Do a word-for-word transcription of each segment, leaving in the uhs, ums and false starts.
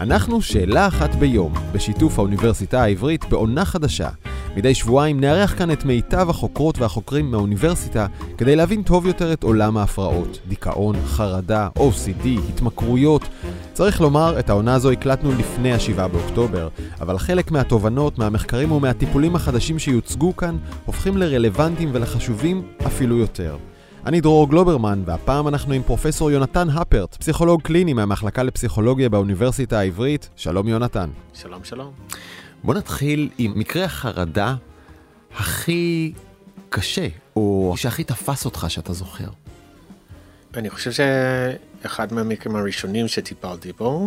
אנחנו שאלה אחת ביום, בשיתוף האוניברסיטה העברית בעונה חדשה. מדי שבועיים נערך כאן את מיטב החוקרות והחוקרים מהאוניברסיטה כדי להבין טוב יותר את עולם ההפרעות, דיכאון, חרדה, או סי די, התמכרויות. צריך לומר, את העונה הזו הקלטנו לפני השבעה באוקטובר, אבל חלק מהתובנות, מהמחקרים ומהטיפולים החדשים שיוצגו כאן הופכים לרלוונטיים ולחשובים אפילו יותר. אני דרור גלוברמן, והפעם אנחנו עם פרופסור יונתן הפרט, פסיכולוג קליני מהמחלקה לפסיכולוגיה באוניברסיטה העברית. שלום יונתן. שלום, שלום. בוא נתחיל עם מקרה החרדה הכי קשה, או שהכי תפס אותך שאתה זוכר. אני חושב שאחד מהמקרים הראשונים שטיפלתי בו,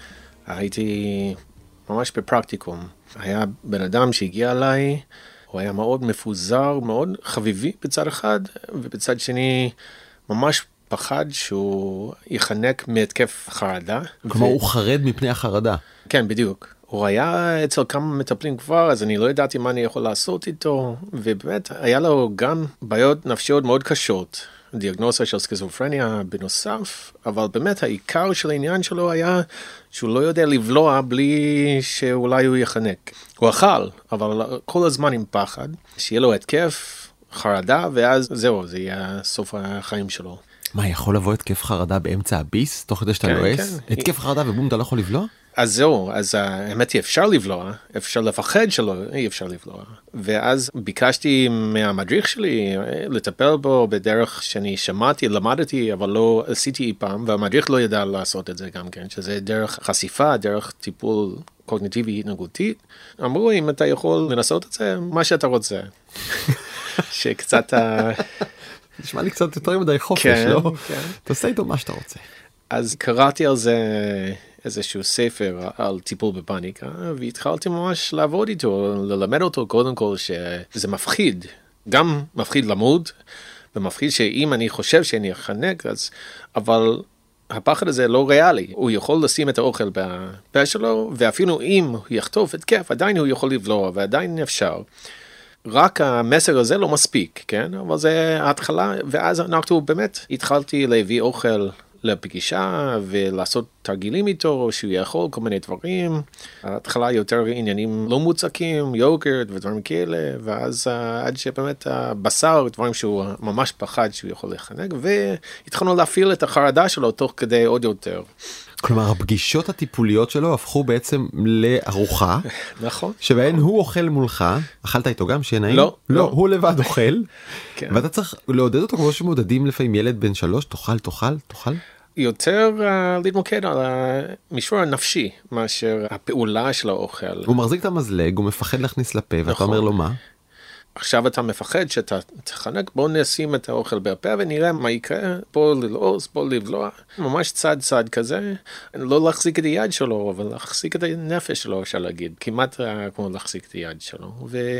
הייתי ממש בפרקטיקום. היה בן אדם שהגיע אליי, הוא היה מאוד מפוזר, מאוד חביבי בצד אחד, ובצד שני ממש פחד שהוא יחנק מהתקף חרדה. כלומר, ו... הוא חרד מפני החרדה. כן, בדיוק. הוא היה אצל כמה מטפלים כבר, אז אני לא ידעתי מה אני יכול לעשות איתו, ובאמת היה לו גם בעיות נפשיות מאוד קשות, דיאגנוזה של סכיזופרניה בנוסף, אבל באמת העיקר של העניין שלו היה שהוא לא יודע לבלוע בלי שאולי הוא יחנק. הוא אכל, אבל כל הזמן עם פחד, שיהיה לו התקף חרדה, ואז זהו, זה יהיה סוף החיים שלו. מה, יכול לבוא התקף חרדה באמצע הביס, תוך כדי שאתה לועס? כן. התקף חרדה ובום, אתה לא יכול לבלוע? אז זהו, אז האמת היא אפשר לבלוע, אפשר לפחד שלו, אי אפשר לבלוע. ואז ביקשתי מהמדריך שלי לטפל בו בדרך שאני שמעתי, למדתי, אבל לא עשיתי אי פעם, והמדריך לא ידע לעשות את זה גם כן, שזה דרך חשיפה, דרך טיפול קוגניטיבי התנהגותי. אמרו, אם אתה יכול לנסות את זה, מה שאתה רוצה. שקצת... נשמע לי קצת יותר מדי חופש, כן, לא? כן. תעשה איתו מה שאתה רוצה. אז קראתי על זה איזשהו ספר על טיפול בפאניקה, והתחלתי ממש לעבוד איתו, ללמד אותו קודם כל שזה מפחיד, גם מפחיד למוד, ומפחיד שאם אני חושב שאני אחנק, אז, אבל הפחד הזה לא ריאלי, הוא יכול לשים את האוכל בפה שלו, ואפילו אם הוא יחטוף התקף, עדיין הוא יכול לבלוע, ועדיין אפשר. רק המסר הזה לא מספיק, כן? אבל זה ההתחלה, ואז אנחנו באמת התחלתי להביא אוכל לפגישה ולעשות תרגילים איתו, שהוא יכול כל מיני דברים. ההתחלה יותר עניינים לא מוצקים, יוגורט ודברים כאלה, ואז עד שבאמת הבשר, דברים שהוא ממש פחד שהוא יכול לחנק, והתחלנו להפעיל את החרדה שלו תוך כדי עוד יותר. כלומר, הפגישות הטיפוליות שלו הפכו בעצם לארוחה. נכון. שבהן הוא אוכל מולך, אכלת איתו גם שיהיה נעים? לא. לא, הוא לבד אוכל. כן. ואתה צריך לעודד אותו כמו שמעודדים לפעמים ילד בן שלוש, תאכל, תאכל, תאכל. יותר uh, להתמקד על המישור הנפשי, מאשר הפעולה של האוכל. הוא מחזיק את המזלג, הוא מפחד להכניס לפה, ואתה נכון. אומר לו מה? עכשיו אתה מפחד שאתה תחנק, בוא נשים את האוכל בפה ונראה מה יקרה, בוא ללעוס, בוא לבלוע, ממש צד צד כזה, לא להחזיק את היד שלו, אבל להחזיק את הנפש שלו, אפשר להגיד, כמעט כמו להחזיק את היד שלו,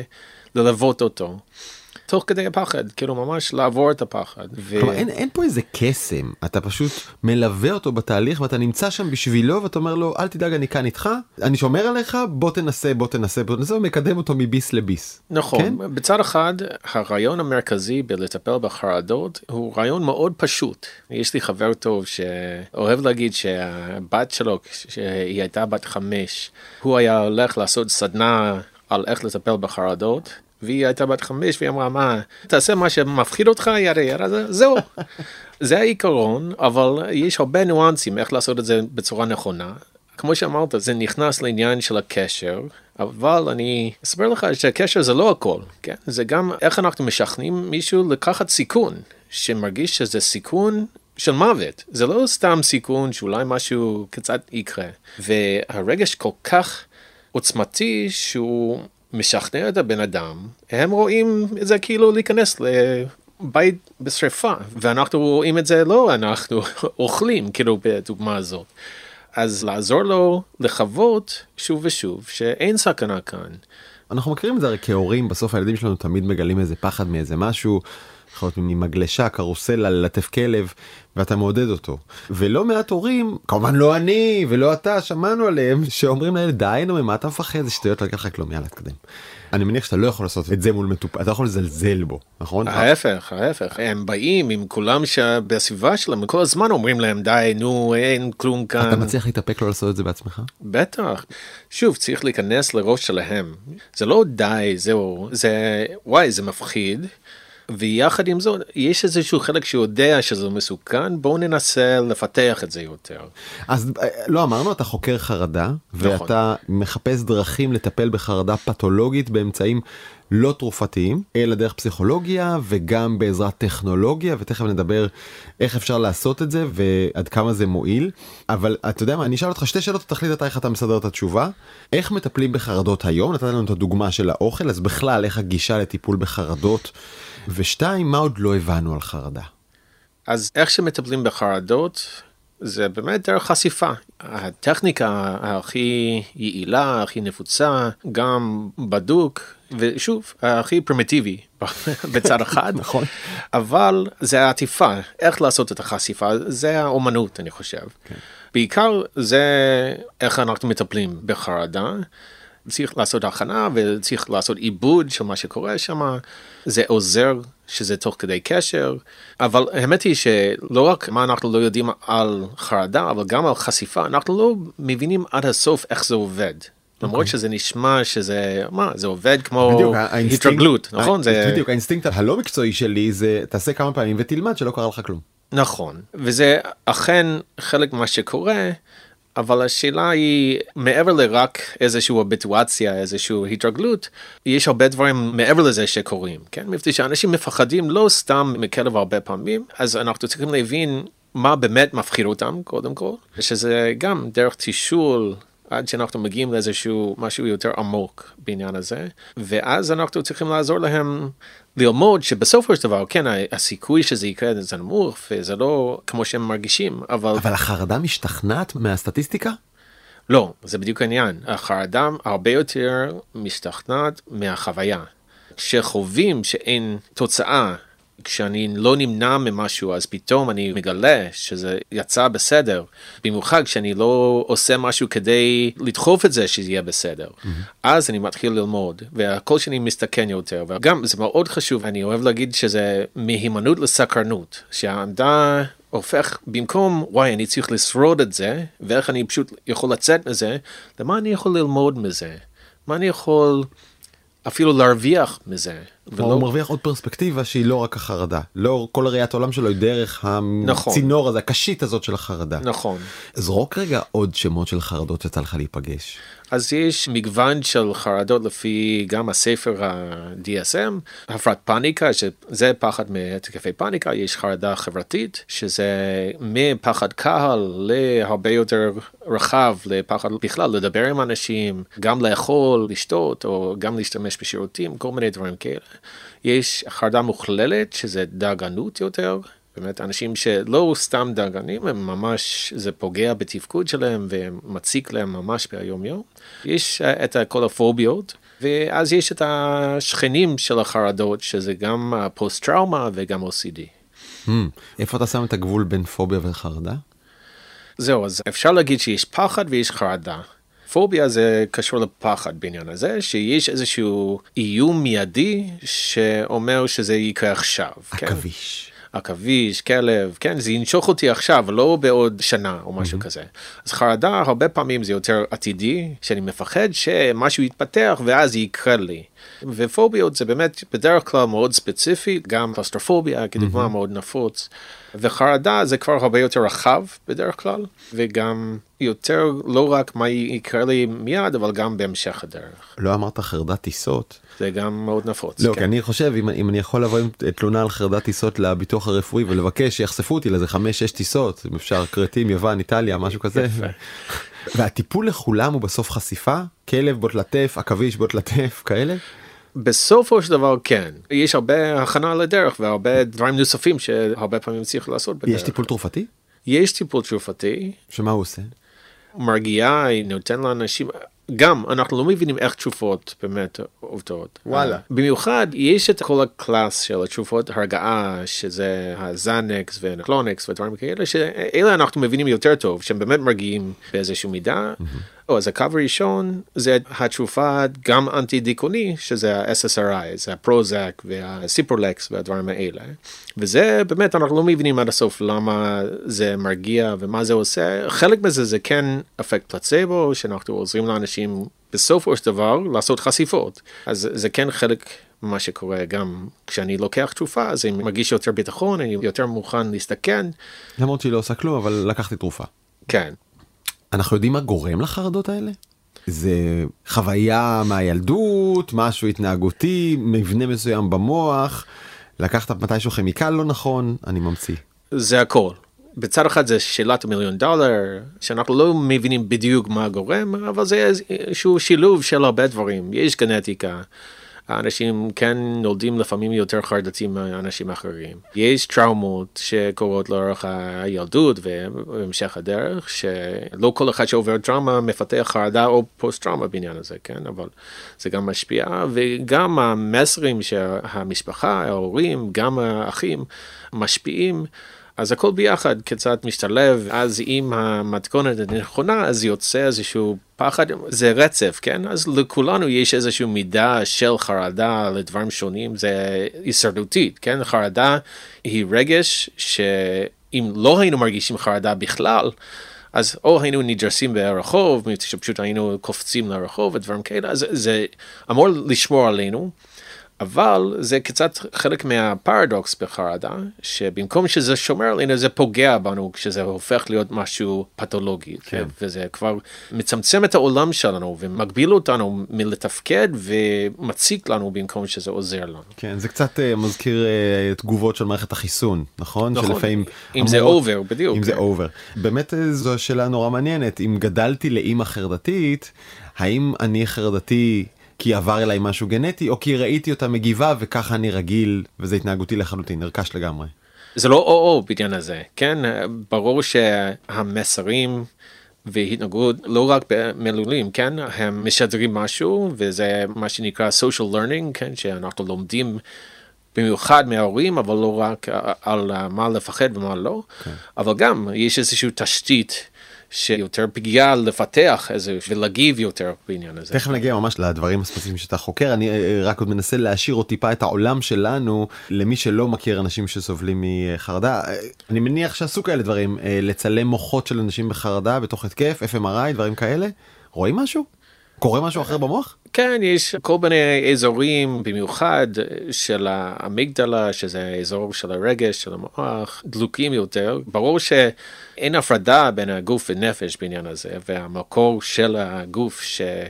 וללוות אותו. תוך כדי הפחד, כאילו ממש לעבור את הפחד. ו... כלומר, אין, אין פה איזה קסם, אתה פשוט מלווה אותו בתהליך, ואתה נמצא שם בשבילו, ואתה אומר לו, אל תדאג, אני כאן איתך, אני שומר עליך, בוא תנסה, בוא תנסה, בוא תנסה, ומקדם אותו מביס לביס. נכון, כן? בצד אחד, הרעיון המרכזי בלטפל בחרדות, הוא רעיון מאוד פשוט. יש לי חבר טוב שאוהב להגיד שהבת שלו, שהיא הייתה בת חמש, הוא היה הולך לעשות סדנה על איך לטפל בחרדות, והיא הייתה בת חמש, והיא אמרה, מה, תעשה מה שמפחיד אותך, ידה ידה, זהו. זה העיקרון, אבל יש הרבה ניואנסים איך לעשות את זה בצורה נכונה. כמו שאמרת, זה נכנס לעניין של הקשר, אבל אני אספר לך שהקשר זה לא הכל, כן? זה גם איך אנחנו משכנעים מישהו לקחת סיכון, שמרגיש שזה סיכון של מוות. זה לא סתם סיכון שאולי משהו קצת יקרה. והרגש כל כך עוצמתי שהוא... משכנע את הבן אדם, הם רואים את זה כאילו להיכנס לבית בשריפה, ואנחנו רואים את זה לא, אנחנו אוכלים, כאילו בדוגמה הזאת. אז לעזור לו לחוות שוב ושוב שאין סכנה כאן. אנחנו מכירים את זה הרי כהורים, בסוף הילדים שלנו תמיד מגלים איזה פחד מאיזה משהו, יכול להיות ממגלשה, קרוסלה, ללטף כלב, ואתה מעודד אותו. ולא מעט הורים, כמובן לא אני ולא אתה, שמענו עליהם, שאומרים לילד, די, נו, מה אתה מפחד? זה שטויות, לקח לך כלום, יאללה, תקדם. אני מניח שאתה לא יכול לעשות את זה מול מטופל, אתה יכול לזלזל בו, נכון? ההפך, ההפך. הם באים עם כולם שבסביבה שלהם, כל הזמן אומרים להם, די, נו, אין כלום כאן. אתה מצליח להתאפק לא לעשות את זה בעצמך? בטח. שוב, צריך להיכנס לראש שלהם. זה לא די, זהו, זה, וואי, זה מפחיד. ויחד עם זאת, יש איזשהו חלק שיודע שזה מסוכן, בואו ננסה לפתח את זה יותר. אז לא אמרנו, אתה חוקר חרדה, ואתה מחפש דרכים לטפל בחרדה פתולוגית באמצעים לא תרופתיים, אלא דרך פסיכולוגיה וגם בעזרת טכנולוגיה, ותכף נדבר איך אפשר לעשות את זה ועד כמה זה מועיל. אבל אתה יודע מה, אני אשאל אותך שתי שאלות, תחליט אתה איך אתה מסדר את התשובה. איך מטפלים בחרדות היום? נתת לנו את הדוגמה של האוכל, אז בכלל איך הגישה לטיפול בחרדות? ושתיים, מה עוד לא הבנו על חרדה? אז איך שמטפלים בחרדות, זה באמת דרך חשיפה. הטכניקה הכי יעילה, הכי נפוצה, גם בדוק, ושוב, הכי פרימיטיבי בצד אחד. נכון. אבל זה העטיפה, איך לעשות את החשיפה, זה האומנות, אני חושב. כן. בעיקר זה איך אנחנו מטפלים בחרדה, צריך לעשות הכנה וצריך לעשות עיבוד של מה שקורה שם, זה עוזר שזה תוך כדי קשר, אבל האמת היא שלא רק מה אנחנו לא יודעים על חרדה, אבל גם על חשיפה, אנחנו לא מבינים עד הסוף איך זה עובד. למרות שזה נשמע שזה, מה, זה עובד כמו התרגלות, נכון? בדיוק, האינסטינקט הלא מקצועי שלי זה, תעשה כמה פעמים ותלמד שלא קרה לך כלום. נכון, וזה אכן חלק מה שקורה, אבל השאלה היא, מעבר לרק איזושהי אביטואציה, איזושהי התרגלות, יש הרבה דברים מעבר לזה שקורים, כן? מפני שאנשים מפחדים לא סתם מכלב הרבה פעמים, אז אנחנו צריכים להבין מה באמת מפחיד אותם, קודם כל, ושזה גם דרך תישול, עד שאנחנו מגיעים לאיזשהו משהו יותר עמוק בעניין הזה, ואז אנחנו צריכים לעזור להם ללמוד שבסופו של דבר, כן, הסיכוי שזה יקרה זה נמוך, וזה לא כמו שהם מרגישים, אבל... אבל החרדה משתכנעת מהסטטיסטיקה? לא, זה בדיוק העניין. החרדה הרבה יותר משתכנעת מהחוויה. כשחווים שאין תוצאה, כשאני לא נמנע ממשהו, אז פתאום אני מגלה שזה יצא בסדר. במיוחד כשאני לא עושה משהו כדי לדחוף את זה שזה יהיה בסדר. Mm-hmm. אז אני מתחיל ללמוד, והכל שני מסתכן יותר. וגם זה מאוד חשוב, אני אוהב להגיד שזה מהימנעות לסקרנות. שהעמדה הופך במקום, וואי, אני צריך לשרוד את זה, ואיך אני פשוט יכול לצאת מזה, למה אני יכול ללמוד מזה? מה אני יכול... אפילו להרוויח מזה. ולא... הוא מרוויח עוד פרספקטיבה שהיא לא רק החרדה. לא כל הראיית העולם שלו היא דרך הצינור נכון. הזה, הקשית הזאת של החרדה. נכון. זרוק רגע עוד שמות של חרדות יצא לך להיפגש. אז יש מגוון של חרדות לפי גם הספר ה-די אס אם, הפרעת פאניקה, שזה פחד מהתקפי פאניקה, יש חרדה חברתית, שזה מפחד קהל להרבה יותר רחב, לפחד בכלל, לדבר עם אנשים, גם לאכול, לשתות, או גם להשתמש בשירותים, כל מיני דברים כאלה. יש חרדה מוכללת, שזה דאגנות יותר, באמת, אנשים שלא סתם דאגנים, הם ממש, זה פוגע בתפקוד שלהם, ומציק להם ממש ביום יום. יש את כל הפוביות, ואז יש את השכנים של החרדות, שזה גם פוסט-טראומה וגם או סי די. Hmm, איפה אתה שם את הגבול בין פוביה וחרדה? זהו, אז אפשר להגיד שיש פחד ויש חרדה. פוביה זה קשור לפחד בעניין הזה, שיש איזשהו איום מיידי, שאומר שזה יקרה עכשיו. עכביש. כן? עכביש, כלב, כן, זה ינשוך אותי עכשיו, לא בעוד שנה או משהו mm-hmm. כזה. אז חרדה, הרבה פעמים זה יותר עתידי, שאני מפחד שמשהו יתפתח ואז יקרה לי. ופוביות זה באמת בדרך כלל מאוד ספציפי, גם קלסטרופוביה, כדוגמה mm-hmm. מאוד נפוץ. וחרדה זה כבר הרבה יותר רחב בדרך כלל, וגם יותר לא רק מה יקרה לי מיד, אבל גם בהמשך הדרך. לא אמרת חרדת טיסות? זה גם מאוד נפוץ. לא, כן. כי אני חושב, אם, אם אני יכול לבוא עם תלונה על חרדת טיסות לביטוח הרפואי, ולבקש שיחשפו אותי לזה חמש, שש טיסות, אם אפשר, קרטים, יוון, איטליה, משהו כזה. והטיפול לכולם הוא בסוף חשיפה? כלב, בוט לטף, עכביש, בוט לטף, כאלה? בסופו של דבר כן. יש הרבה הכנה לדרך, והרבה דברים נוספים שהרבה פעמים צריך לעשות בדרך. יש טיפול תרופתי? יש טיפול תרופתי. שמה הוא עושה? מרגיעה, נותן לאנשים... גם אנחנו לא מבינים איך תרופות באמת עובדות. וואלה. במיוחד יש את כל הקלאס של התרופות הרגעה, שזה הזנקס ונקלונקס ודברים כאלה, שאלה אנחנו מבינים יותר טוב, שהם באמת מרגיעים באיזשהו מידה. או, אז הקו הראשון זה התרופה גם אנטי-דיכאוני, שזה ה-אס אס אר איי, זה הפרוזק והסיפרולקס והדברים האלה. וזה באמת, אנחנו לא מבינים עד הסוף למה זה מרגיע ומה זה עושה. חלק מזה זה כן אפקט פלצבו, שאנחנו עוזרים לאנשים בסופו של דבר לעשות חשיפות. אז זה כן חלק ממה שקורה גם כשאני לוקח תרופה, אז אני מרגיש יותר ביטחון, אני יותר מוכן להסתכן. למרות שהיא לא עושה כלום, אבל לקחתי תרופה. כן. אנחנו יודעים מה גורם לחרדות האלה? זה חוויה מהילדות, משהו התנהגותי, מבנה מסוים במוח, לקחת מתישהו כימיקל לא נכון, אני ממציא. זה הכל. בצד אחד זה שאלת המיליון דולר, שאנחנו לא מבינים בדיוק מה גורם, אבל זה איזשהו שילוב של הרבה דברים. יש גנטיקה. האנשים כן נולדים לפעמים יותר חרדתיים מאנשים אחרים. יש טראומות שקורות לאורך הילדות והמשך הדרך, שלא כל אחד שעובר טראומה מפתח חרדה או פוסט טראומה בעניין הזה, כן? אבל זה גם משפיע, וגם המסרים שהמשפחה, ההורים, גם האחים משפיעים, אז הכל ביחד קצת משתלב, אז עם המתכונת הנכונה, אז יוצא איזשהו פחד, זה רצף, כן? אז לכולנו יש איזשהו מידה של חרדה לדברים שונים, זה הישרדותית, כן? חרדה היא רגש שאם לא היינו מרגישים חרדה בכלל, אז או היינו נדרסים ברחוב, שפשוט היינו קופצים לרחוב ודברים כאלה, אז זה אמור לשמור עלינו, אבל זה קצת חלק מהפרדוקס בחרדה, שבמקום שזה שומר עלינו, זה פוגע בנו כשזה הופך להיות משהו פתולוגי. כן. וזה כבר מצמצם את העולם שלנו, ומגביל אותנו מלתפקד, ומציק לנו במקום שזה עוזר לנו. כן, זה קצת uh, מזכיר uh, תגובות של מערכת החיסון, נכון? נכון, שלפעמים אם אמור... זה אובר, בדיוק. אם כן. זה אובר. באמת זו שאלה נורא מעניינת, אם גדלתי לאמא חרדתית, האם אני חרדתי... כי עבר אליי משהו גנטי, או כי ראיתי אותה מגיבה, וככה אני רגיל, וזה התנהגותי לחלוטין, נרכש לגמרי. זה לא או-או בעניין הזה, כן? ברור שהמסרים והתנהגות, לא רק במילולים, כן? הם משדרים משהו, וזה מה שנקרא social learning, כן? שאנחנו לומדים במיוחד מההורים, אבל לא רק על מה לפחד ומה לא, כן. אבל גם יש איזושהי תשתית, שיותר פגיעה לפתח איזה, ולהגיב יותר בעניין הזה. תכף נגיע ממש לדברים הספציפיים שאתה חוקר, אני רק עוד מנסה להשאיר עוד טיפה את העולם שלנו, למי שלא מכיר אנשים שסובלים מחרדה. אני מניח שעשו כאלה דברים, לצלם מוחות של אנשים בחרדה, בתוך התקף, אף אם אר איי, דברים כאלה. רואים משהו? קורה משהו אחר במוח? כן, יש כל מיני אזורים, במיוחד של האמיגדלה, שזה אזור של הרגש, של המוח, דלוקים יותר. ברור שאין הפרדה בין הגוף ונפש בעניין הזה, והמקור של הגוף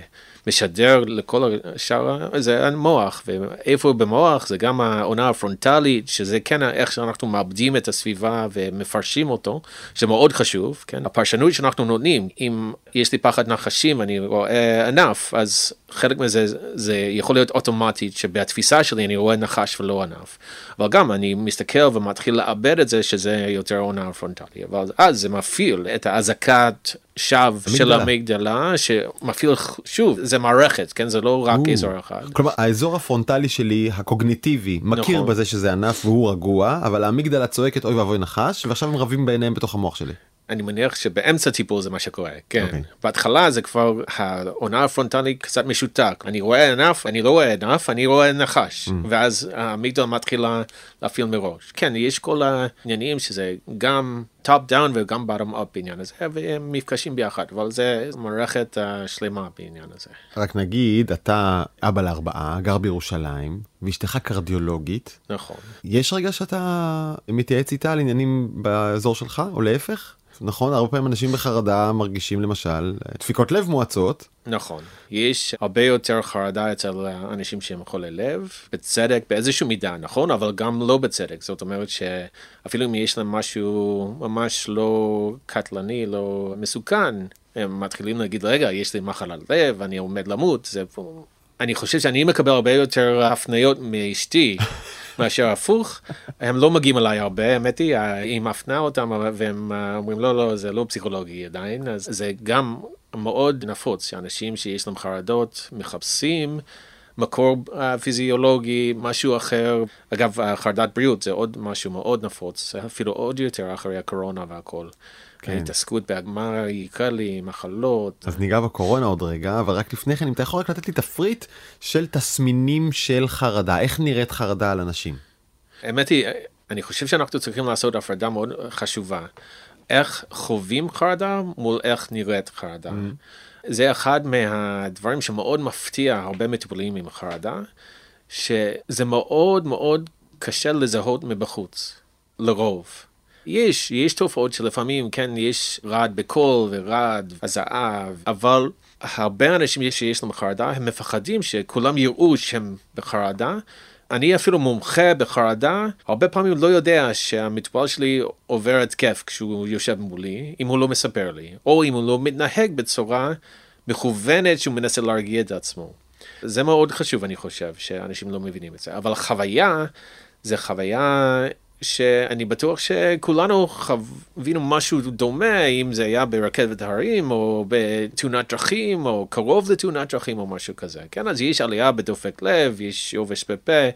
שמשדר לכל השאר, זה המוח, ואיפה במוח זה גם העונה הפרונטלית, שזה כן איך שאנחנו מאבדים את הסביבה ומפרשים אותו, שמאוד חשוב, כן? הפרשנות שאנחנו נותנים, אם יש לי פחד נחשים, אני רואה ענף, אז חלק מזה זה יכול להיות אוטומטית, שבתפיסה שלי אני רואה נחש ולא ענף. אבל גם אני מסתכל ומתחיל לאבד את זה, שזה יותר עונה פרונטלי. אבל אז זה מפעיל את האזעקת שווא של המגדלה, שמפעיל שוב, זה מערכת, כן? זה לא רק אזור אחד. כלומר, האזור הפרונטלי שלי, הקוגניטיבי, מכיר בזה שזה ענף והוא רגוע, אבל המגדלה צועקת אוי ואבוי נחש, ועכשיו הם רבים ביניהם בתוך המוח שלי. אני מניח שבאמצע טיפול זה מה שקורה, כן. Okay. בהתחלה זה כבר, העונה הפרונטלית קצת משותק. אני רואה ענף, אני לא רואה ענף, אני רואה נחש. Mm. ואז המגדל מתחילה להפעיל מראש. כן, יש כל העניינים שזה גם טופ דאון וגם בוטום אפ בעניין הזה, והם מפגשים ביחד, אבל זה מערכת שלמה בעניין הזה. רק נגיד, אתה אבא לארבעה, גר בירושלים, ואשתך קרדיולוגית. נכון. יש רגע שאתה מתייעץ איתה על עניינים באזור שלך, או להפך? נכון, הרבה פעמים אנשים בחרדה מרגישים למשל דפיקות לב מואצות. נכון, יש הרבה יותר חרדה אצל אנשים שהם חולי לב, בצדק באיזשהו מידה, נכון, אבל גם לא בצדק, זאת אומרת שאפילו אם יש להם משהו ממש לא קטלני, לא מסוכן, הם מתחילים להגיד, רגע, יש לי מחלת לב, אני עומד למות, זה... אני חושב שאני מקבל הרבה יותר הפניות מאשתי, מאשר הפוך. הם לא מגיעים אליי הרבה, האמת היא, היא מפנה אותם, והם אומרים, לא, לא, זה לא פסיכולוגי עדיין, אז זה גם מאוד נפוץ, שאנשים שיש להם חרדות מחפשים, מקור פיזיולוגי, משהו אחר. אגב, חרדת בריאות זה עוד משהו מאוד נפוץ, אפילו עוד יותר אחרי הקורונה והכל. כן. ההתעסקות בהגמה יקרה לי, מחלות. אז ניגע בקורונה עוד רגע, אבל רק לפני כן, אם אתה יכול רק לתת לי תפריט של תסמינים של חרדה, איך נראית חרדה על אנשים? האמת היא, אני חושב שאנחנו צריכים לעשות הפרדה מאוד חשובה. איך חווים חרדה מול איך נראית חרדה. Mm-hmm. זה אחד מהדברים שמאוד מפתיע הרבה מטופלים עם חרדה, שזה מאוד מאוד קשה לזהות מבחוץ, לרוב. יש, יש תופעות שלפעמים, כן, יש רעד בקול ורעד, הזעה, אבל הרבה אנשים שיש להם חרדה, הם מפחדים שכולם יראו שהם בחרדה. אני אפילו מומחה בחרדה, הרבה פעמים לא יודע שהמטופל שלי עובר התקף כשהוא יושב מולי, אם הוא לא מספר לי, או אם הוא לא מתנהג בצורה מכוונת שהוא מנסה להרגיע את עצמו. זה מאוד חשוב, אני חושב, שאנשים לא מבינים את זה. אבל חוויה, זה חוויה שאני בטוח שכולנו חווינו משהו דומה, אם זה היה ברכבת הרים, או בתאונת דרכים, או קרוב לתאונת דרכים, או משהו כזה. כן, אז יש עלייה בדופק לב, יש יובש בפה,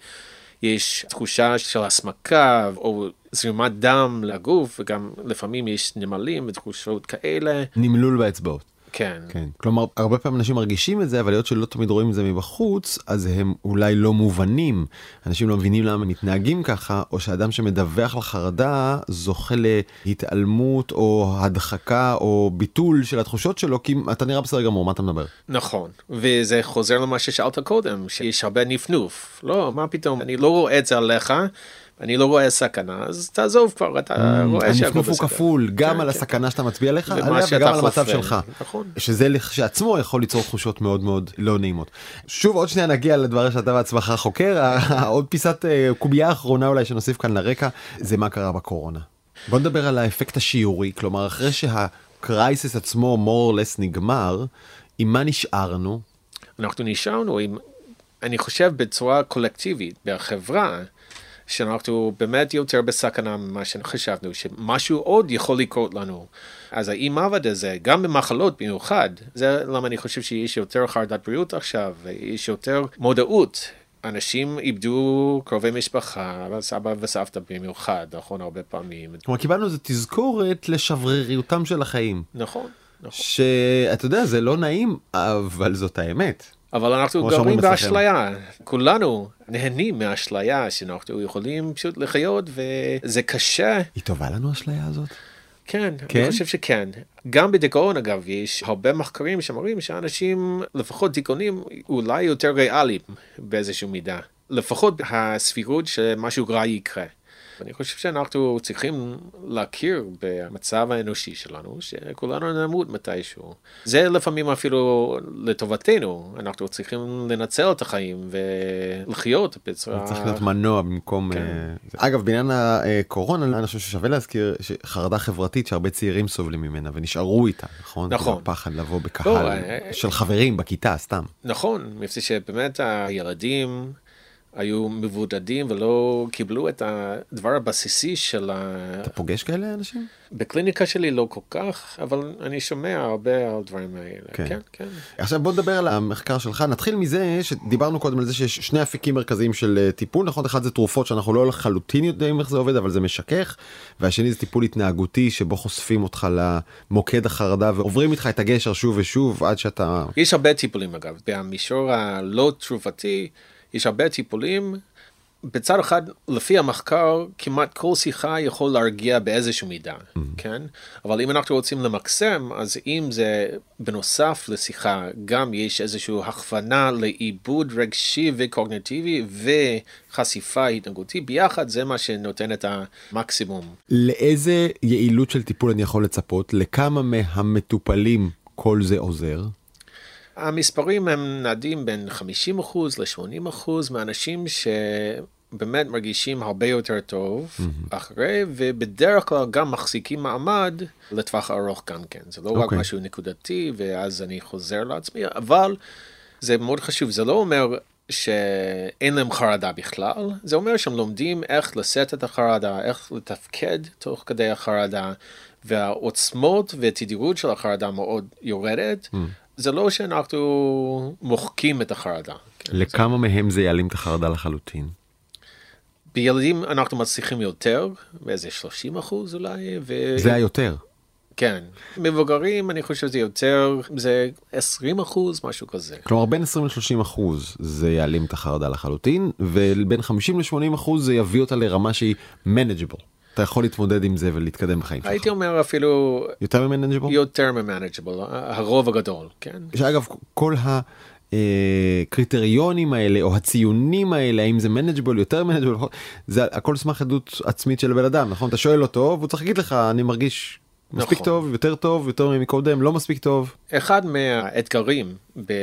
יש תחושה של הסמקה, או זרימת דם לגוף, וגם לפעמים יש נמלים ותחושות כאלה. נמלול באצבעות. כן. כן. כלומר, הרבה פעמים אנשים מרגישים את זה, אבל להיות שלא תמיד רואים את זה מבחוץ, אז הם אולי לא מובנים. אנשים לא מבינים למה מתנהגים ככה, או שאדם שמדווח לחרדה זוכה להתעלמות, או הדחקה, או ביטול של התחושות שלו, כי אתה נראה בסדר גמור, מה אתה מדבר? נכון. וזה חוזר למה ששאלת קודם, שיש הרבה נפנוף. לא, מה פתאום? אני לא רואה את זה עליך, אני לא רואה סכנה, אז תעזוב כבר, אתה רואה שהכל בסדר. הנפנוף הוא כפול, גם על הסכנה שאתה מצביע לך, עליה וגם על המצב שלך. שזה כשעצמו יכול ליצור תחושות מאוד מאוד לא נעימות. שוב, עוד שנייה נגיע לדבר שאתה בעצמך חוקר, עוד פיסת קובייה האחרונה אולי שנוסיף כאן לרקע, זה מה קרה בקורונה. בוא נדבר על האפקט השיורי, כלומר, אחרי שהקרייסיס עצמו more or less נגמר, עם מה נשארנו? אנחנו נשארנו עם, אני חושב בצורה קולקטיבית, בחברה, שאנחנו באמת יותר בסכנה ממה שחשבנו, שמשהו עוד יכול לקרות לנו. אז האם עבד הזה, גם במחלות במיוחד, זה למה אני חושב שיש יותר חרדת בריאות עכשיו, ויש יותר מודעות. אנשים איבדו קרובי משפחה, סבא וסבתא במיוחד, נכון, הרבה פעמים. כלומר, קיבלנו איזו תזכורת לשבריריותם של החיים. נכון, נכון. שאתה יודע, זה לא נעים, אבל זאת האמת. אבל אנחנו גרים באשליה, כולנו נהנים מהאשליה שאנחנו יכולים פשוט לחיות, וזה קשה. היא טובה לנו האשליה הזאת? כן, כן, אני חושב שכן. גם בדיכאון אגב, יש הרבה מחקרים שמראים שאנשים, לפחות דיכאונים, אולי יותר ריאליים באיזושהי מידה. לפחות הסבירות שמשהו רע יקרה. אני חושב שאנחנו צריכים להכיר במצב האנושי שלנו, שכולנו נמות מתישהו. זה לפעמים אפילו לטובתנו, אנחנו צריכים לנצל את החיים ולחיות בצורה... צריך להיות מנוע במקום... כן. אגב, בעניין הקורונה, אני חושב ששווה להזכיר שחרדה חברתית שהרבה צעירים סובלים ממנה ונשארו איתה, נכון? נכון. פחד לבוא בקהל לא, של חברים בכיתה, סתם. נכון, מפני שבאמת הילדים... היו מבודדים ולא קיבלו את הדבר הבסיסי של ה... אתה פוגש כאלה אנשים? בקליניקה שלי לא כל כך, אבל אני שומע הרבה על דברים האלה. כן, כן. כן. עכשיו בוא נדבר על המחקר שלך. נתחיל מזה שדיברנו קודם על זה שיש שני אפיקים מרכזיים של טיפול. נכון, אחד זה תרופות שאנחנו לא לחלוטין יודעים איך זה עובד, אבל זה משכך. והשני זה טיפול התנהגותי שבו חושפים אותך למוקד החרדה ועוברים איתך את הגשר שוב ושוב עד שאתה... יש הרבה טיפולים אגב. במישור הלא תרופתי, יש הרבה טיפולים, בצד אחד, לפי המחקר, כמעט כל שיחה יכול להרגיע באיזושהי מידה, mm-hmm. כן? אבל אם אנחנו רוצים למקסם, אז אם זה בנוסף לשיחה, גם יש איזושהי הכוונה לעיבוד רגשי וקוגניטיבי וחשיפה התנהגותי, ביחד זה מה שנותן את המקסימום. לאיזה יעילות של טיפול אני יכול לצפות? לכמה מהמטופלים כל זה עוזר? המספרים הם נעדים בין חמישים אחוז ל-שמונים אחוז מהאנשים שבאמת מרגישים הרבה יותר טוב mm-hmm. אחרי, ובדרך כלל גם מחזיקים מעמד לטווח ארוך גם כן. זה לא okay. רק משהו נקודתי, ואז אני חוזר לעצמי, אבל זה מאוד חשוב. זה לא אומר שאין להם חרדה בכלל, זה אומר שהם לומדים איך לשאת את החרדה, איך לתפקד תוך כדי החרדה, והעוצמות והתדירות של החרדה מאוד יורדת. Mm. זה לא שאנחנו מוחקים את החרדה. לכמה זה... מהם זה יעלים את החרדה לחלוטין? בילדים אנחנו מצליחים יותר, באיזה שלושים אחוז אולי. ו... זה היותר. כן. מבוגרים, אני חושב שזה יותר, זה עשרים אחוז, משהו כזה. כלומר, בין עשרים ל-שלושים אחוז זה יעלים את החרדה לחלוטין, ובין חמישים ל-שמונים אחוז זה יביא אותה לרמה שהיא manageable. אתה יכול להתמודד עם זה ולהתקדם בחיים שלך. הייתי אומר אפילו... יותר מ-manageable? יותר מ-manageable, הרוב הגדול, כן. שאגב, כל הקריטריונים האלה, או הציונים האלה, האם זה manageable, יותר manageable, זה הכל סמך עדות עצמית של הבן אדם, נכון? אתה שואל אותו, והוא צריך להגיד לך, אני מרגיש... מספיק נכון. טוב, יותר טוב, יותר מקודם, לא מספיק טוב. אחד מהאתגרים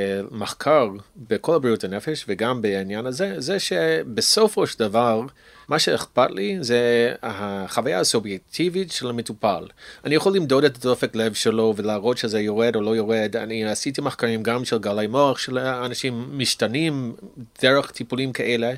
במחקר בכל הבריאות הנפש וגם בעניין הזה, זה שבסופו של דבר, מה שאכפת לי זה החוויה הסובייקטיבית של המטופל. אני יכול למדוד את הדופק לב שלו ולהראות שזה יורד או לא יורד. אני עשיתי מחקרים גם של גלי מוח של אנשים משתנים דרך טיפולים כאלה,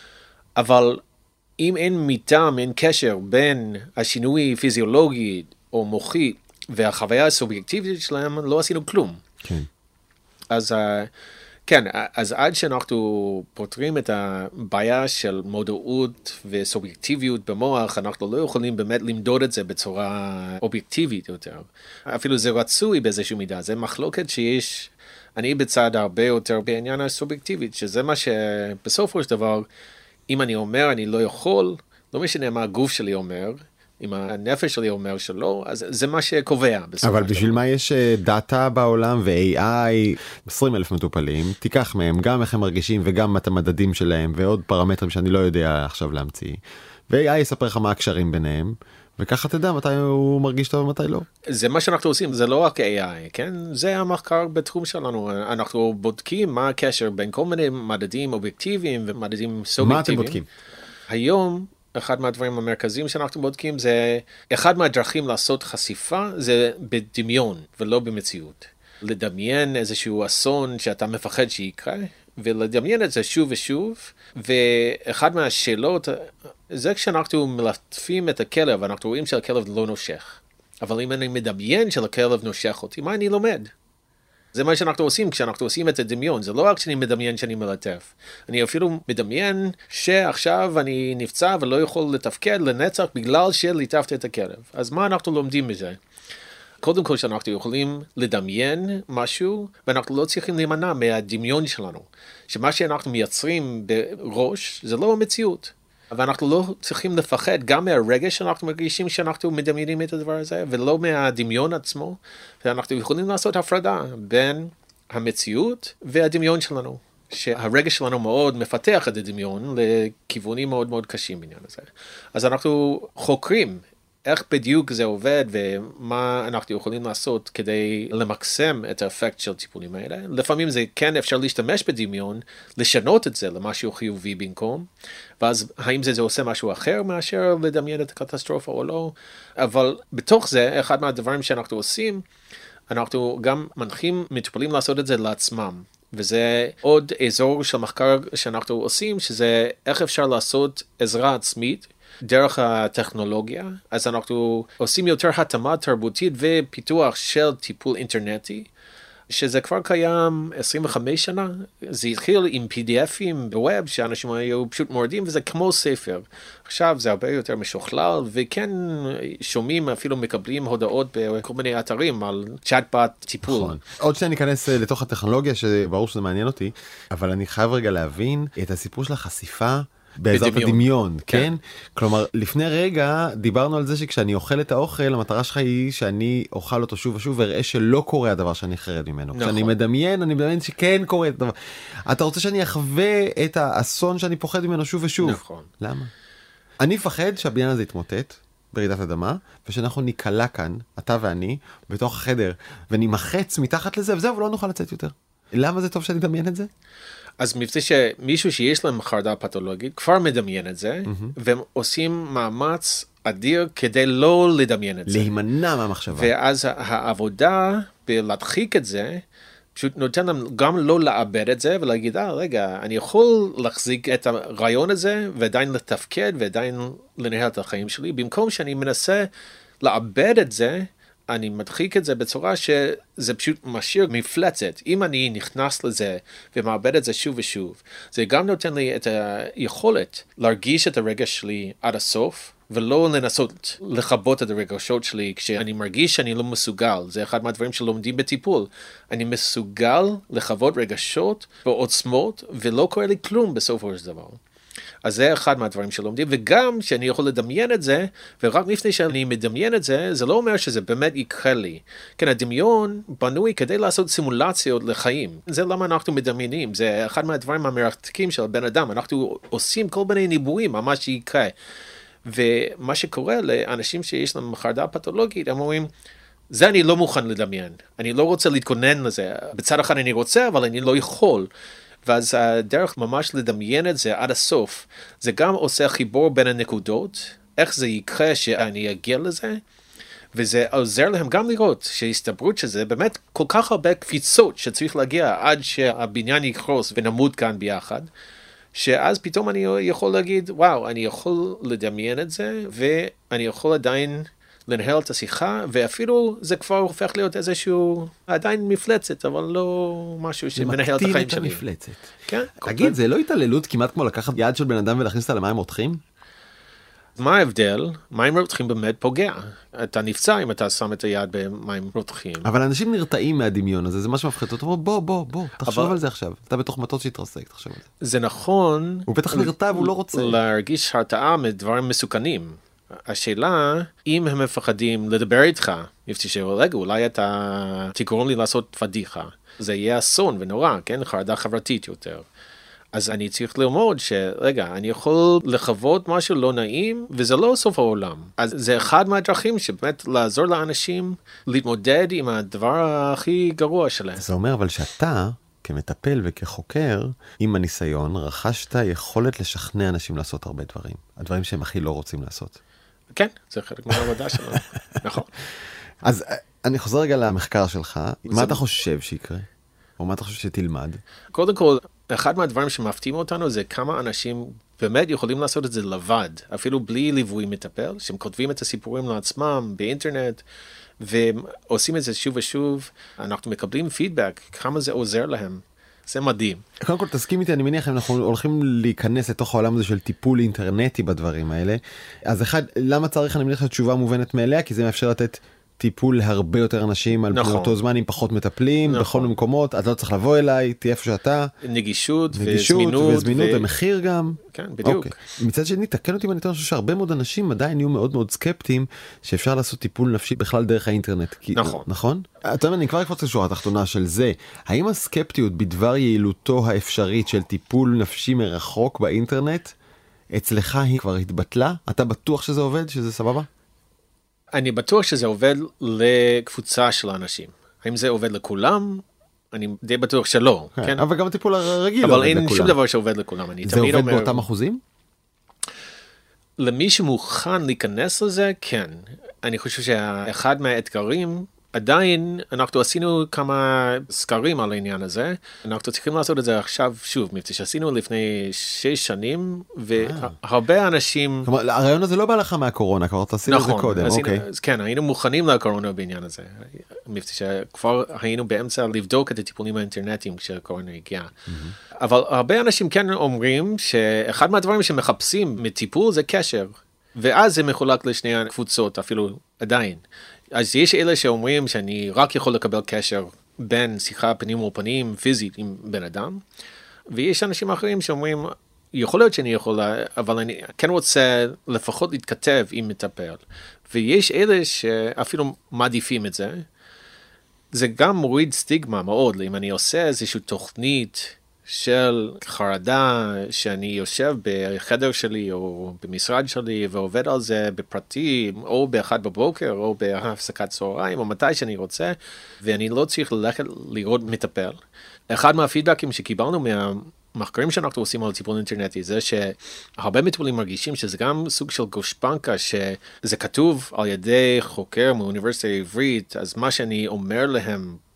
אבל אם אין מיתם, אין קשר בין השינוי פיזיולוגי או מוחי, והחוויה הסובייקטיבית שלהם, לא עשינו כלום. כן. אז, כן, אז עד שאנחנו פותרים את הבעיה של מודעות וסובייקטיביות במוח, אנחנו לא יכולים באמת למדוד את זה בצורה אובייקטיבית יותר. אפילו זה רצוי באיזושהי מידה, זה מחלוקת שיש, אני בצד הרבה יותר בעניין הסובייקטיבית, שזה מה שבסופו של דבר, אם אני אומר אני לא יכול, לא משנה מה הגוף שלי אומר, אם הנפש שלי אומר שלא, אז זה מה שקובע. אבל בשביל מה יש דאטה בעולם ו-איי איי, עשרים אלף מטופלים, תיקח מהם גם איך הם מרגישים וגם את המדדים שלהם ועוד פרמטרים שאני לא יודע עכשיו להמציא. ו-איי איי יספר לך מה הקשרים ביניהם, וככה תדע מתי הוא מרגיש טוב ומתי לא. זה מה שאנחנו עושים, זה לא רק איי איי, כן? זה המחקר בתחום שלנו. אנחנו בודקים מה הקשר בין כל מיני מדדים אובייקטיביים ומדדים סובייקטיביים. מה אתם בודקים? היום, אחד מהדברים המרכזיים שאנחנו בודקים זה, אחד מהדרכים לעשות חשיפה זה בדמיון ולא במציאות. לדמיין איזשהו אסון שאתה מפחד שיקרה, ולדמיין את זה שוב ושוב, ואחד מהשאלות, זה כשאנחנו מלטפים את הכלב, אנחנו רואים שהכלב לא נושך. אבל אם אני מדמיין שהכלב נושך אותי, מה אני לומד? זה מה שאנחנו עושים כשאנחנו עושים את הדמיון, זה לא רק שאני מדמיין שאני מלטף. אני אפילו מדמיין שעכשיו אני נפצע ולא יכול לתפקד לנצח בגלל שליטפתי את הכלב. אז מה אנחנו לומדים מזה? קודם כל שאנחנו יכולים לדמיין משהו, ואנחנו לא צריכים להימנע מהדמיון שלנו. שמה שאנחנו מייצרים בראש, זה לא המציאות. ואנחנו לא צריכים לפחד גם מהרגש שאנחנו מרגישים שאנחנו מדמיינים את הדבר הזה, ולא מהדמיון עצמו. ואנחנו יכולים לעשות הפרדה בין המציאות והדמיון שלנו. שהרגש שלנו מאוד מפתח את הדמיון לכיוונים מאוד מאוד קשים בעניין הזה. אז אנחנו חוקרים איך בדיוק זה עובד ומה אנחנו יכולים לעשות כדי למקסם את האפקט של טיפולים האלה. לפעמים זה כן אפשר להשתמש בדמיון, לשנות את זה למשהו חיובי במקום, ואז האם זה, זה עושה משהו אחר מאשר לדמיין את הקטסטרופה או לא. אבל בתוך זה, אחד מהדברים שאנחנו עושים, אנחנו גם מנחים מטופלים לעשות את זה לעצמם. וזה עוד אזור של מחקר שאנחנו עושים, שזה איך אפשר לעשות עזרה עצמית, דרך הטכנולוגיה. אז אנחנו עושים יותר התאמה תרבותית ופיתוח של טיפול אינטרנטי, שזה כבר קיים עשרים וחמש שנה. זה התחיל עם פי די אפים בווב, שאנשים היו פשוט מורדים, וזה כמו ספר. עכשיו זה הרבה יותר משוכלל, וכן שומעים, אפילו מקבלים הודעות בכל מיני אתרים על צ'אטבוט טיפול. נכון. עוד שניה ניכנס לתוך הטכנולוגיה, שברור שזה מעניין אותי, אבל אני חייב רגע להבין את הסיפור של החשיפה, בעזרת הדמיון, כן? כלומר, לפני רגע דיברנו על זה שכשאני אוכל את האוכל, המטרה שלך היא שאני אוכל אותו שוב ושוב, ואראה שלא קורה הדבר שאני חרד ממנו. כשאני מדמיין, אני מדמיין שכן קורה את הדבר. אתה רוצה שאני אחווה את האסון שאני פוחד ממנו שוב ושוב. נכון. למה? אני מפחד שהבניין הזה יתמוטט ברעידת אדמה, ושאנחנו ניקלע כאן, אתה ואני, בתוך החדר, ונמחץ מתחת לזה, וזהו, ולא נוכל לצאת יותר. למה זה טוב שאני אדמיין את זה? אז מבצע שמישהו שיש להם חרדה פתולוגית כבר מדמיין את זה, mm-hmm. והם עושים מאמץ אדיר כדי לא לדמיין את זה. להימנע מהמחשבה. ואז העבודה בלהדחיק את זה, פשוט נותן להם גם לא לאבד את זה ולהגיד, אה, רגע, אני יכול להחזיק את הרעיון הזה ועדיין לתפקד ועדיין לנהל את החיים שלי, במקום שאני מנסה לאבד את זה, אני מדחיק את זה בצורה שזה פשוט משאיר מפלצת. אם אני נכנס לזה ומאבד את זה שוב ושוב, זה גם נותן לי את היכולת להרגיש את הרגש שלי עד הסוף, ולא לנסות לחבות את הרגשות שלי כשאני מרגיש שאני לא מסוגל. זה אחד מהדברים שלומדים בטיפול. אני מסוגל לחוות רגשות בעוצמות, ולא קורה לי כלום בסופו של דבר. אז זה אחד מהדברים שלומדים, וגם שאני יכול לדמיין את זה, ורק לפני שאני מדמיין את זה, זה לא אומר שזה באמת יקרה לי. כן, הדמיון בנוי כדי לעשות סימולציות לחיים. זה למה אנחנו מדמיינים, זה אחד מהדברים המרתקים של בן אדם, אנחנו עושים כל מיני ניבויים, ממש יקרה. ומה שקורה לאנשים שיש להם חרדה פתולוגית, הם אומרים, זה אני לא מוכן לדמיין, אני לא רוצה להתכונן לזה, בצד אחד אני רוצה, אבל אני לא יכול. ואז הדרך ממש לדמיין את זה עד הסוף, זה גם עושה חיבור בין הנקודות, איך זה יקרה שאני אגיע לזה, וזה עוזר להם גם לראות שהסתברות שזה באמת כל כך הרבה קפיצות שצריך להגיע עד שהבניין יקרוס ונמות כאן ביחד, שאז פתאום אני יכול להגיד, וואו, אני יכול לדמיין את זה, ואני יכול עדיין לנהל את השיחה, ואפילו זה כבר הופך להיות איזשהו, עדיין מפלצת, אבל לא משהו שמנהל את החיים שלי. מקטין את המפלצת. כן. תגיד, זה לא התעללות כמעט כמו לקחת יד של בן אדם ולהכניס אותה למים רותחים? מה ההבדל? מים רותחים באמת פוגע. אתה נפצע אם אתה שם את היד במים רותחים. אבל אנשים נרתעים מהדמיון הזה, זה מה שמפחיד אותו. בוא, בוא, בוא, תחשוב על זה עכשיו. אתה בתוך מטוס שהתרסק, תחשוב על זה. זה נכון. הוא בטח נרתע והוא לא רוצה. להרגיש הרתעה מדברים מסוכנים. השאלה, אם הם מפחדים לדבר איתך, יפתישו, רגע, אולי אתה תגרום לי לעשות פדיחה. זה יהיה אסון ונורא, כן? חרדה חברתית יותר. אז אני צריך ללמוד שרגע, אני יכול לחוות משהו לא נעים, וזה לא סוף העולם. אז זה אחד מהדרכים שבאמת לעזור לאנשים להתמודד עם הדבר הכי גרוע שלהם. זה אומר אבל שאתה, כמטפל וכחוקר, עם הניסיון, רכשת יכולת לשכנע אנשים לעשות הרבה דברים. הדברים שהם הכי לא רוצים לעשות. כן, זה חלק מהעבודה שלנו. נכון. אז אני חוזר רגע למחקר שלך. מה אתה חושב שיקרה? או מה אתה חושב שתלמד? קודם כל, אחד מהדברים שמפתיעים אותנו זה כמה אנשים באמת יכולים לעשות את זה לבד, אפילו בלי ליווי מטפל, שהם כותבים את הסיפורים לעצמם באינטרנט, ועושים את זה שוב ושוב. אנחנו מקבלים פידבק, כמה זה עוזר להם. זה מדהים. קודם כל, תסכים איתי, אני מניח, אנחנו הולכים להיכנס לתוך העולם הזה של טיפול אינטרנטי בדברים האלה. אז אחד, למה צריך, אני מניח, תשובה מובנת מאליה? כי זה מאפשר לתת טיפול להרבה יותר אנשים על נכון. פני אותו זמן עם פחות מטפלים, נכון. בכל מקומות, אתה לא צריך לבוא אליי, תהיה איפה שאתה. נגישות, נגישות וזמינות. וזמינות ו... ומחיר גם. כן, בדיוק. אוקיי. מצד שני, תקן אותי, אני חושב שהרבה מאוד אנשים עדיין יהיו מאוד מאוד סקפטיים, שאפשר לעשות טיפול נפשי בכלל דרך האינטרנט. כי... נכון. נכון? אתה יודע, אני כבר אקפוץ לשורה התחתונה של זה. האם הסקפטיות בדבר יעילותו האפשרית של טיפול נפשי מרחוק באינטרנט, אצלך היא כבר התבטלה? אתה בטוח שזה עובד, שזה סבבה? אני בטוח שזה עובד לקבוצה של אנשים. האם זה עובד לכולם? אני די בטוח שלא. כן, כן? אבל גם הטיפול הרגיל אבל אין שום דבר שעובד לכולם. אני זה תמיד עובד אומר, באותם אחוזים? למי שמוכן להיכנס לזה, כן. אני חושב שאחד מהאתגרים, עדיין אנחנו עשינו כמה סקרים על העניין הזה, אנחנו צריכים לעשות את זה עכשיו שוב, מבצע שעשינו לפני שש שנים, והרבה אנשים... כלומר, הרעיון הזה לא בא לך מהקורונה, כבר תעשינו את זה קודם, אוקיי. כן, היינו מוכנים לקורונה בעניין הזה, מבצע שכבר היינו באמצע לבדוק את הטיפולים האינטרנטיים כשהקורונה הגיעה. אבל הרבה אנשים כן אומרים שאחד מהדברים שמחפשים מטיפול זה קשר, ואז זה מחולק לשני הקבוצות, אפילו עדיין. אז יש אלה שאומרים שאני רק יכול לקבל קשר בין שיחה פנים מול פנים פיזית עם בן אדם, ויש אנשים אחרים שאומרים, יכול להיות שאני יכול, אבל אני כן רוצה לפחות להתכתב עם מטפל. ויש אלה שאפילו מעדיפים את זה. זה גם מוריד סטיגמה מאוד, אם אני עושה איזושהי תוכנית של חרדה, שאני יושב בחדר שלי או במשרד שלי ועובד על זה בפרטי, או באחד בבוקר או בהפסקת צהריים או מתי שאני רוצה, ואני לא צריך ללכת לראות מטפל. אחד מהפידבקים שקיבלנו מהמחקרים שאנחנו עושים על טיפול אינטרנטי זה שהרבה מטופלים מרגישים שזה גם סוג של גושפנקה, שזה כתוב על ידי חוקר מאוניברסיטה העברית, אז מה שאני אומר להם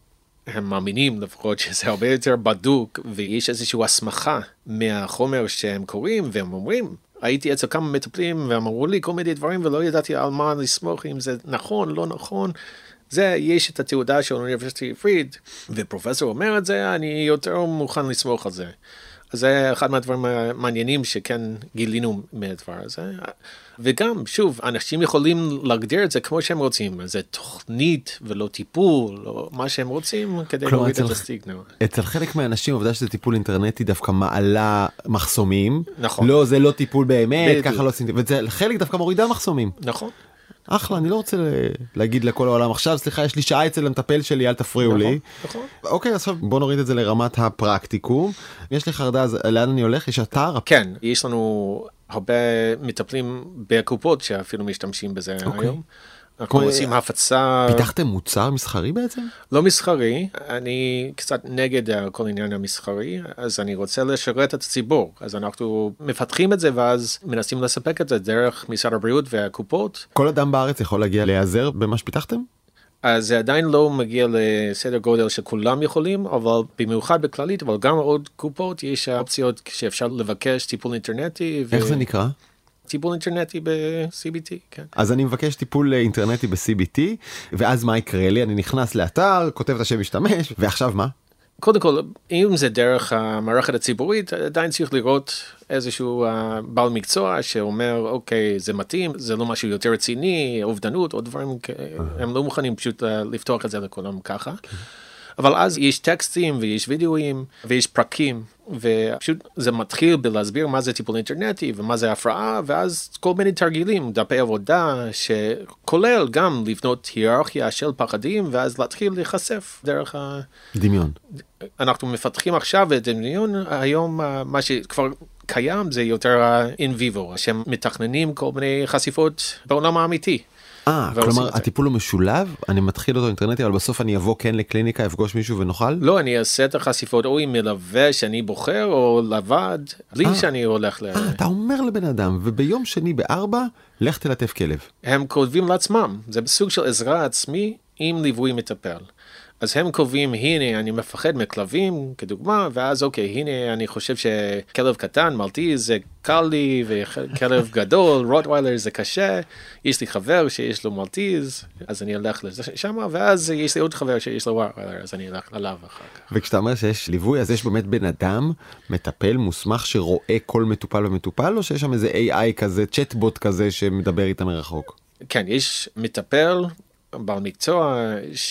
הם מאמינים לפחות שזה הרבה יותר בדוק, ויש איזושהי הסמכה מהחומר שהם קוראים, והם אומרים, הייתי אצל כמה מטפלים, והם אמרו לי כל מיני דברים, ולא ידעתי על מה לסמוך, אם זה נכון, לא נכון. זה, יש את התעודה של האוניברסיטה העברית, ופרופסור אומר את זה, אני יותר מוכן לסמוך על זה. אז זה אחד מהדברים המעניינים שכן גילינו מהדבר הזה. וגם, שוב, אנשים יכולים להגדיר את זה כמו שהם רוצים. זה תוכנית ולא טיפול, או מה שהם רוצים, כדי להוריד את הסטיגמה. אצל חלק מהאנשים, עובדה שזה טיפול אינטרנטי דווקא מעלה מחסומים. נכון. לא, זה לא טיפול באמת, ככה לא עושים. וחלק דווקא מורידה מחסומים. נכון. אחלה, אני לא רוצה להגיד לכל העולם עכשיו, סליחה, יש לי שעה אצל המטפל שלי, אל תפריעו לי. נכון. אוקיי, עכשיו בוא נוריד את זה לרמת הפרקטיקום. יש לי חרדה, אז לאן אני הולך? יש אתר? כן, יש לנו הרבה מטפלים בקופות שאפילו משתמשים בזה היום. אנחנו עושים הפצה... פיתחתם מוצר מסחרי בעצם? לא מסחרי, אני קצת נגד כל עניין המסחרי, אז אני רוצה לשרת את הציבור. אז אנחנו מפתחים את זה ואז מנסים לספק את זה דרך משרד הבריאות והקופות. כל אדם בארץ יכול להגיע להיעזר במה שפיתחתם? אז זה עדיין לא מגיע לסדר גודל שכולם יכולים, אבל במיוחד בכללית, אבל גם עוד קופות יש אופציות שאפשר לבקש טיפול אינטרנטי. איך ו... זה נקרא? טיפול אינטרנטי ב-סי בי טי, כן. אז אני מבקש טיפול אינטרנטי ב-סי בי טי, ואז מה יקרה לי? אני נכנס לאתר, כותב את השם משתמש, ועכשיו מה? קודם כל, אם זה דרך המערכת הציבורית, עדיין צריך לראות איזשהו בעל מקצוע שאומר, אוקיי, זה מתאים, זה לא משהו יותר רציני, אובדנות, או דברים כאלה, הם לא מוכנים פשוט לפתוח את זה לכולם ככה. אבל אז יש טקסטים ויש וידאוים ויש פרקים, ופשוט זה מתחיל בלהסביר מה זה טיפול אינטרנטי ומה זה הפרעה, ואז כל מיני תרגילים, דפי עבודה, שכולל גם לבנות היררכיה של פחדים, ואז להתחיל להיחשף דרך ה... דמיון. אנחנו מפתחים עכשיו את דמיון, היום מה שכבר קיים זה יותר in vivo, שהם מתכננים כל מיני חשיפות בעולם האמיתי. אה, כלומר, הטיפול הוא משולב, אני מתחיל אותו אינטרנטי, אבל בסוף אני אבוא כן לקליניקה, אפגוש מישהו ונוכל? לא, אני אעשה את החשיפות, או עם מלווה שאני בוחר, או לבד, בלי שאני הולך ל... אה, אתה אומר לבן אדם, וביום שני בארבע, לך תלטף כלב. הם כותבים לעצמם, זה בסוג של עזרה עצמי, עם ליווי מטפל. אז הם קובעים, הנה, אני מפחד מכלבים, כדוגמה, ואז אוקיי, הנה, אני חושב שכלב קטן, מלטיז, זה קל לי, וכלב גדול, רוטוויילר, זה קשה. יש לי חבר שיש לו מלטיז, אז אני אלך לשם, ואז יש לי עוד חבר שיש לו רוטוויילר, אז אני אלך עליו אחר כך. וכשאתה אומר שיש ליווי, אז יש באמת בן אדם, מטפל, מוסמך, שרואה כל מטופל ומטופל, או שיש שם איזה איי איי כזה, צ'טבוט כזה, שמדבר איתם מרחוק? כן, יש מטפל, בעל מקצוע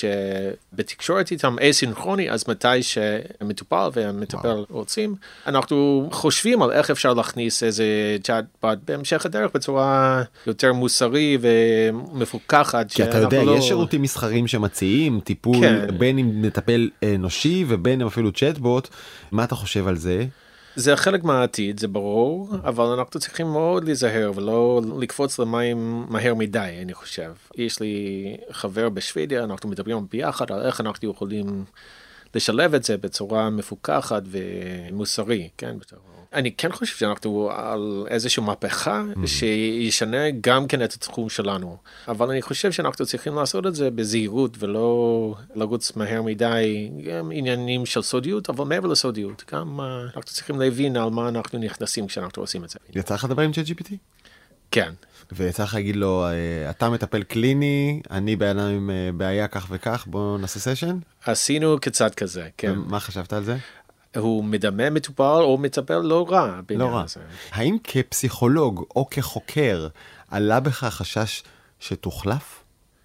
שבתקשורת איתם אסינכרוני, אז מתי שמטופל והמטפל רוצים, אנחנו חושבים על איך אפשר להכניס איזה צ'אט בהמשך הדרך בצורה יותר מוסרי ומפוקחת. כי אתה יודע, יש שירותים מסחרים שמציעים טיפול בין אם מטפל אנושי ובין אם אפילו צ'אטבוט, מה אתה חושב על זה? זה חלק מהעתיד, זה ברור, אבל אנחנו צריכים מאוד להיזהר ולא לקפוץ למים מהר מדי, אני חושב. יש לי חבר בשוודיה, אנחנו מדברים ביחד על איך אנחנו יכולים לשלב את זה בצורה מפוקחת ומוסרי, כן? אני כן חושב שאנחנו על איזושהי מהפכה שישנה גם כן את התחום שלנו, אבל אני חושב שאנחנו צריכים לעשות את זה בזהירות ולא לרוץ מהר מדי, גם עניינים של סודיות, אבל מעבר לסודיות, גם אנחנו צריכים להבין על מה אנחנו נכנסים כשאנחנו עושים את זה. יצא לך לדבר עם צ'אט ג'י פי טי? כן. ויצא לך להגיד לו, אתה מטפל קליני, אני בעיה עם בעיה כך וכך, בוא נעשה סשן? עשינו קצת כזה, כן. מה חשבת על זה? הוא מדמה מטופל או מטפל לא רע. לא רע. האם כפסיכולוג או כחוקר עלה בך חשש שתוחלף?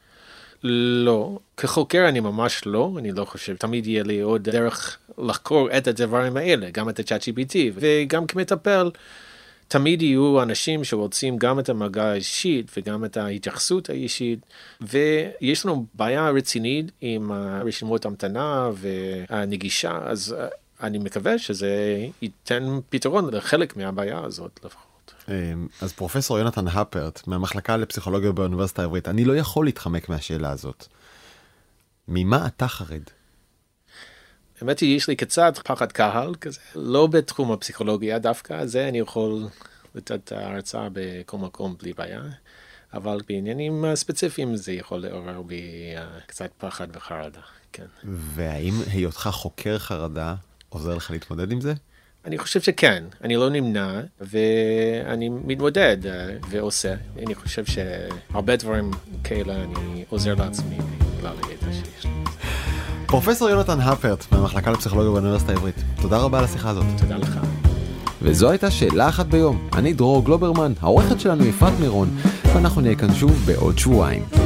לא. כחוקר אני ממש לא, אני לא חושב. תמיד יהיה לי עוד דרך לחקור את הדברים האלה, גם את ה-צ'אט ג'י פי טי, וגם כמטפל, תמיד יהיו אנשים שרוצים גם את המגע האישית וגם את ההתייחסות האישית, ויש לנו בעיה רצינית עם הרשימות המתנה והנגישה, אז אני מקווה שזה ייתן פתרון לחלק מהבעיה הזאת לפחות. אז פרופסור יונתן הפרט, מהמחלקה לפסיכולוגיה באוניברסיטה העברית, אני לא יכול להתחמק מהשאלה הזאת. ממה אתה חרד? האמת היא, יש לי קצת פחד קהל כזה, לא בתחום הפסיכולוגיה דווקא, זה אני יכול לתת הרצאה בכל מקום בלי בעיה, אבל בעניינים ספציפיים זה יכול לעורר בי קצת פחד וחרדה. כן. והאם היותך חוקר חרדה עוזר לך להתמודד עם זה? אני חושב שכן, אני לא נמנע, ואני מתמודד ועושה. אני חושב שהרבה דברים כאלה אני עוזר לעצמי בגלל הידע שיש לי. פרופסור יונתן הפרט, מהמחלקה לפסיכולוגיה באוניברסיטה העברית, תודה רבה על השיחה הזאת. תודה לך. וזו הייתה שאלה אחת ביום. אני דרור גלוברמן, העורכת שלנו יפעת מירון, ואנחנו נהיה כאן שוב בעוד שבועיים.